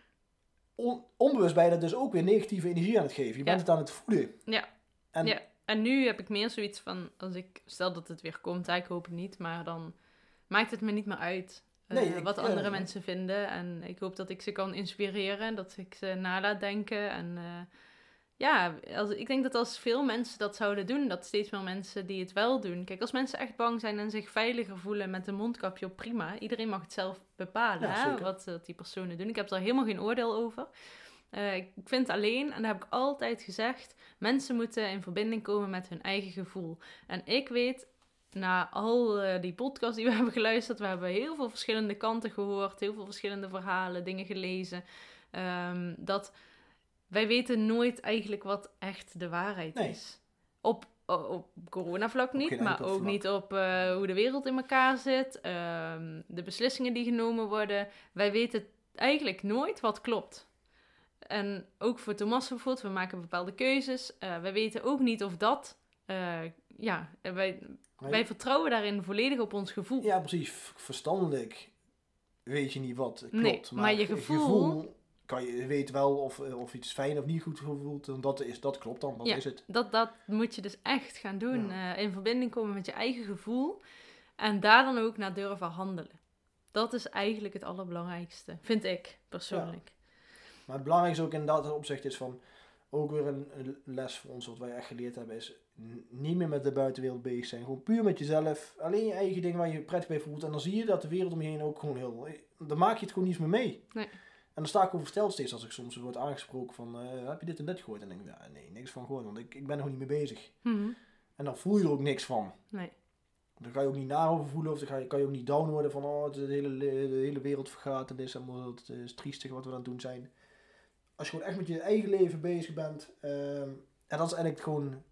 on, onbewust ben je dat dus ook weer negatieve energie aan het geven. Je ja. bent het aan het voeden. Ja. En, ja. En nu heb ik meer zoiets van, als ik, stel dat het weer komt, ik hoop het niet, maar dan maakt het me niet meer uit. Uh, nee, ik, wat andere ja, mensen ja. vinden. En ik hoop dat ik ze kan inspireren. Dat ik ze na laat denken. En uh, ja, als, ik denk dat als veel mensen dat zouden doen, dat steeds meer mensen die het wel doen. Kijk, als mensen echt bang zijn en zich veiliger voelen met een mondkapje op, prima. Iedereen mag het zelf bepalen, ja, hè, wat, wat die personen doen. Ik heb daar helemaal geen oordeel over. Uh, ik vind alleen, en dat heb ik altijd gezegd, mensen moeten in verbinding komen met hun eigen gevoel. En ik weet, na al uh, die podcasts die we hebben geluisterd, we hebben heel veel verschillende kanten gehoord, heel veel verschillende verhalen, dingen gelezen, um, dat wij weten nooit eigenlijk wat echt de waarheid nee. is. Op, op coronavlak niet, maar ook vlak. niet op uh, hoe de wereld in elkaar zit, um, de beslissingen die genomen worden. Wij weten eigenlijk nooit wat klopt. En ook voor Thomas bijvoorbeeld, we maken bepaalde keuzes. Uh, wij weten ook niet of dat... Uh, ja, wij, wij vertrouwen daarin volledig op ons gevoel. Ja, precies. Verstandelijk weet je niet wat klopt. Nee, maar, maar je gevoel... gevoel kan je weet wel of, of iets fijn of niet goed voelt. En dat, is, dat klopt dan, dat ja, is het. Dat, dat moet je dus echt gaan doen. Ja. Uh, in verbinding komen met je eigen gevoel. En daar dan ook naar durven handelen. Dat is eigenlijk het allerbelangrijkste. Vind ik, persoonlijk. Ja. Maar het belangrijkste ook in dat opzicht is van, ook weer een, een les voor ons, wat wij echt geleerd hebben, is n- niet meer met de buitenwereld bezig zijn. Gewoon puur met jezelf, alleen je eigen dingen waar je je prettig bij voelt. En dan zie je dat de wereld om je heen ook gewoon heel, dan maak je het gewoon niet meer mee. Nee. En dan sta ik over verteld steeds als ik soms word aangesproken van, uh, heb je dit en dit gehoord? En dan denk ik, ja, nee, niks van gehoord, want ik, ik ben er gewoon niet mee bezig. Mm-hmm. En dan voel je er ook niks van. Nee. Dan ga je ook niet naar over voelen, of dan ga je, kan je ook niet down worden van, oh, de hele, de hele wereld vergaat en dit is allemaal, het is triestig wat we aan het doen zijn. Als je gewoon echt met je eigen leven bezig bent. Um, en dat is eigenlijk gewoon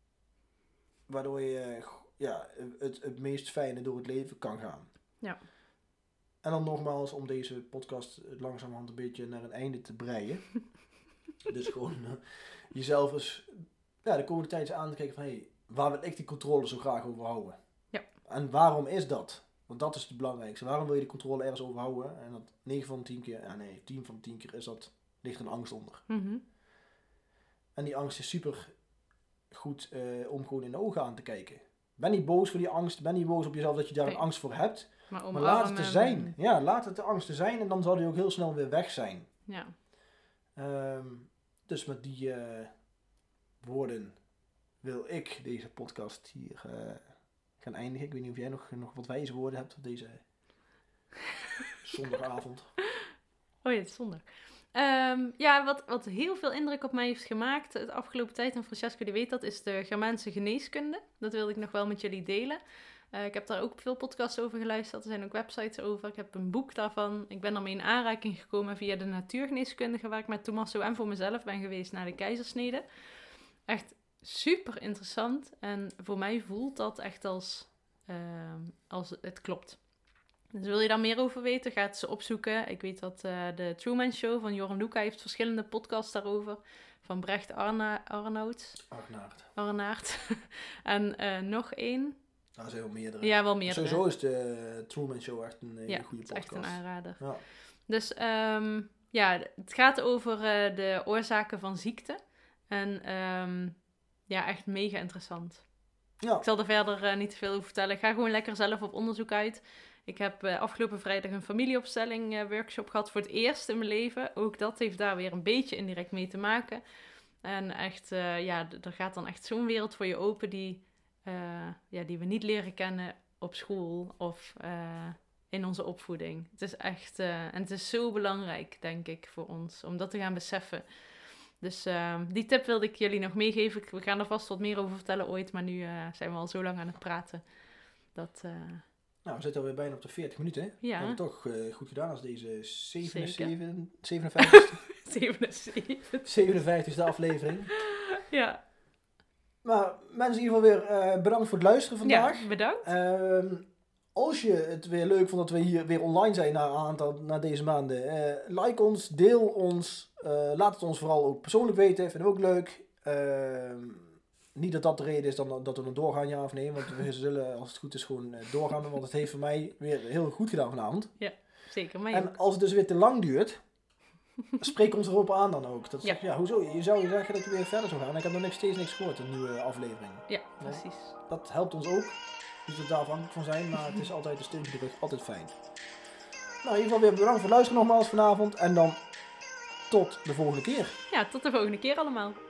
waardoor je ja, het, het meest fijne door het leven kan gaan. Ja. En dan nogmaals, om deze podcast langzamerhand een beetje naar een einde te breien. Dus gewoon uh, jezelf eens ja, de komende tijd eens aan te kijken van, hé, hey, waar wil ik die controle zo graag over houden? Ja. En waarom is dat? Want dat is het belangrijkste. Waarom wil je die controle ergens over houden? En dat negen van de tien keer, ja nee, tien van de tien keer is dat... ligt een angst onder. Mm-hmm. En die angst is super goed uh, om gewoon in de ogen aan te kijken. Ben niet boos voor die angst. Ben niet boos op jezelf dat je daar nee. een angst voor hebt. Maar, maar laat het er zijn. Ja, laat het de angst er zijn. En dan zal die ook heel snel weer weg zijn. Ja. Um, dus met die uh, woorden wil ik deze podcast hier uh, gaan eindigen. Ik weet niet of jij nog, nog wat wijze woorden hebt op deze zondagavond. Oh ja, het is zondag. Um, ja, wat, wat heel veel indruk op mij heeft gemaakt de afgelopen tijd, en Francesco die weet dat, is de Germaanse geneeskunde. Dat wilde ik nog wel met jullie delen. Uh, ik heb daar ook veel podcasts over geluisterd, er zijn ook websites over. Ik heb een boek daarvan. Ik ben daarmee in aanraking gekomen via de natuurgeneeskundige, waar ik met Tommaso en voor mezelf ben geweest naar de keizersnede. Echt super interessant en voor mij voelt dat echt als, uh, als het klopt. Dus wil je daar meer over weten, ga het ze opzoeken. Ik weet dat uh, de Truman Show van Joran Luca heeft verschillende podcasts daarover. Van Brecht Arna- Arnoud. Arnaert. Arnaert. en uh, nog één. Nou, zijn wel meerdere. Ja, wel meerdere. Sowieso is de Truman Show echt een hele ja, goede podcast. Ja, echt een aanrader. Ja. Dus um, ja, het gaat over uh, de oorzaken van ziekte. En um, ja, echt mega interessant. Ja. Ik zal er verder uh, niet te veel over vertellen. Ik ga gewoon lekker zelf op onderzoek uit. Ik heb uh, afgelopen vrijdag een familieopstelling uh, workshop gehad voor het eerst in mijn leven. Ook dat heeft daar weer een beetje indirect mee te maken. En echt, uh, ja, d- er gaat dan echt zo'n wereld voor je open die, uh, ja, die we niet leren kennen op school of uh, in onze opvoeding. Het is echt, uh, en het is zo belangrijk, denk ik, voor ons, om dat te gaan beseffen. Dus uh, die tip wilde ik jullie nog meegeven. We gaan er vast wat meer over vertellen ooit, maar nu uh, zijn we al zo lang aan het praten. Dat... Uh, Nou, we zitten alweer bijna op de veertig minuten. Hè? Ja. We hebben het toch uh, goed gedaan als deze zevenenzeventigste, zevenenvijftigste. zevenenvijftigste aflevering. Ja. Maar mensen in ieder geval weer uh, bedankt voor het luisteren vandaag. Ja, bedankt. Uh, als je het weer leuk vond dat we hier weer online zijn na, aantal, na deze maanden. Uh, like ons, deel ons. Uh, laat het ons vooral ook persoonlijk weten. Vinden we ook leuk. Uh, niet dat dat de reden is dan, dat we nog doorgaan, ja of nee. Want we zullen, als het goed is, gewoon uh, doorgaan. Want het heeft voor mij weer heel goed gedaan vanavond. Ja, zeker. Maar en ook. als het dus weer te lang duurt, spreek ons erop aan dan ook. Dat ja. Zeg, ja, hoezo? Je zou je zeggen dat je weer verder zou gaan. En ik heb nog niks, steeds niks gehoord, een nieuwe aflevering. Ja, precies. Ja, dat helpt ons ook. Dus dat we daar afhankelijk van zijn. Maar het is altijd een steuntje de rug. Altijd fijn. Nou, in ieder geval weer bedankt voor het luisteren nogmaals vanavond. En dan tot de volgende keer. Ja, tot de volgende keer allemaal.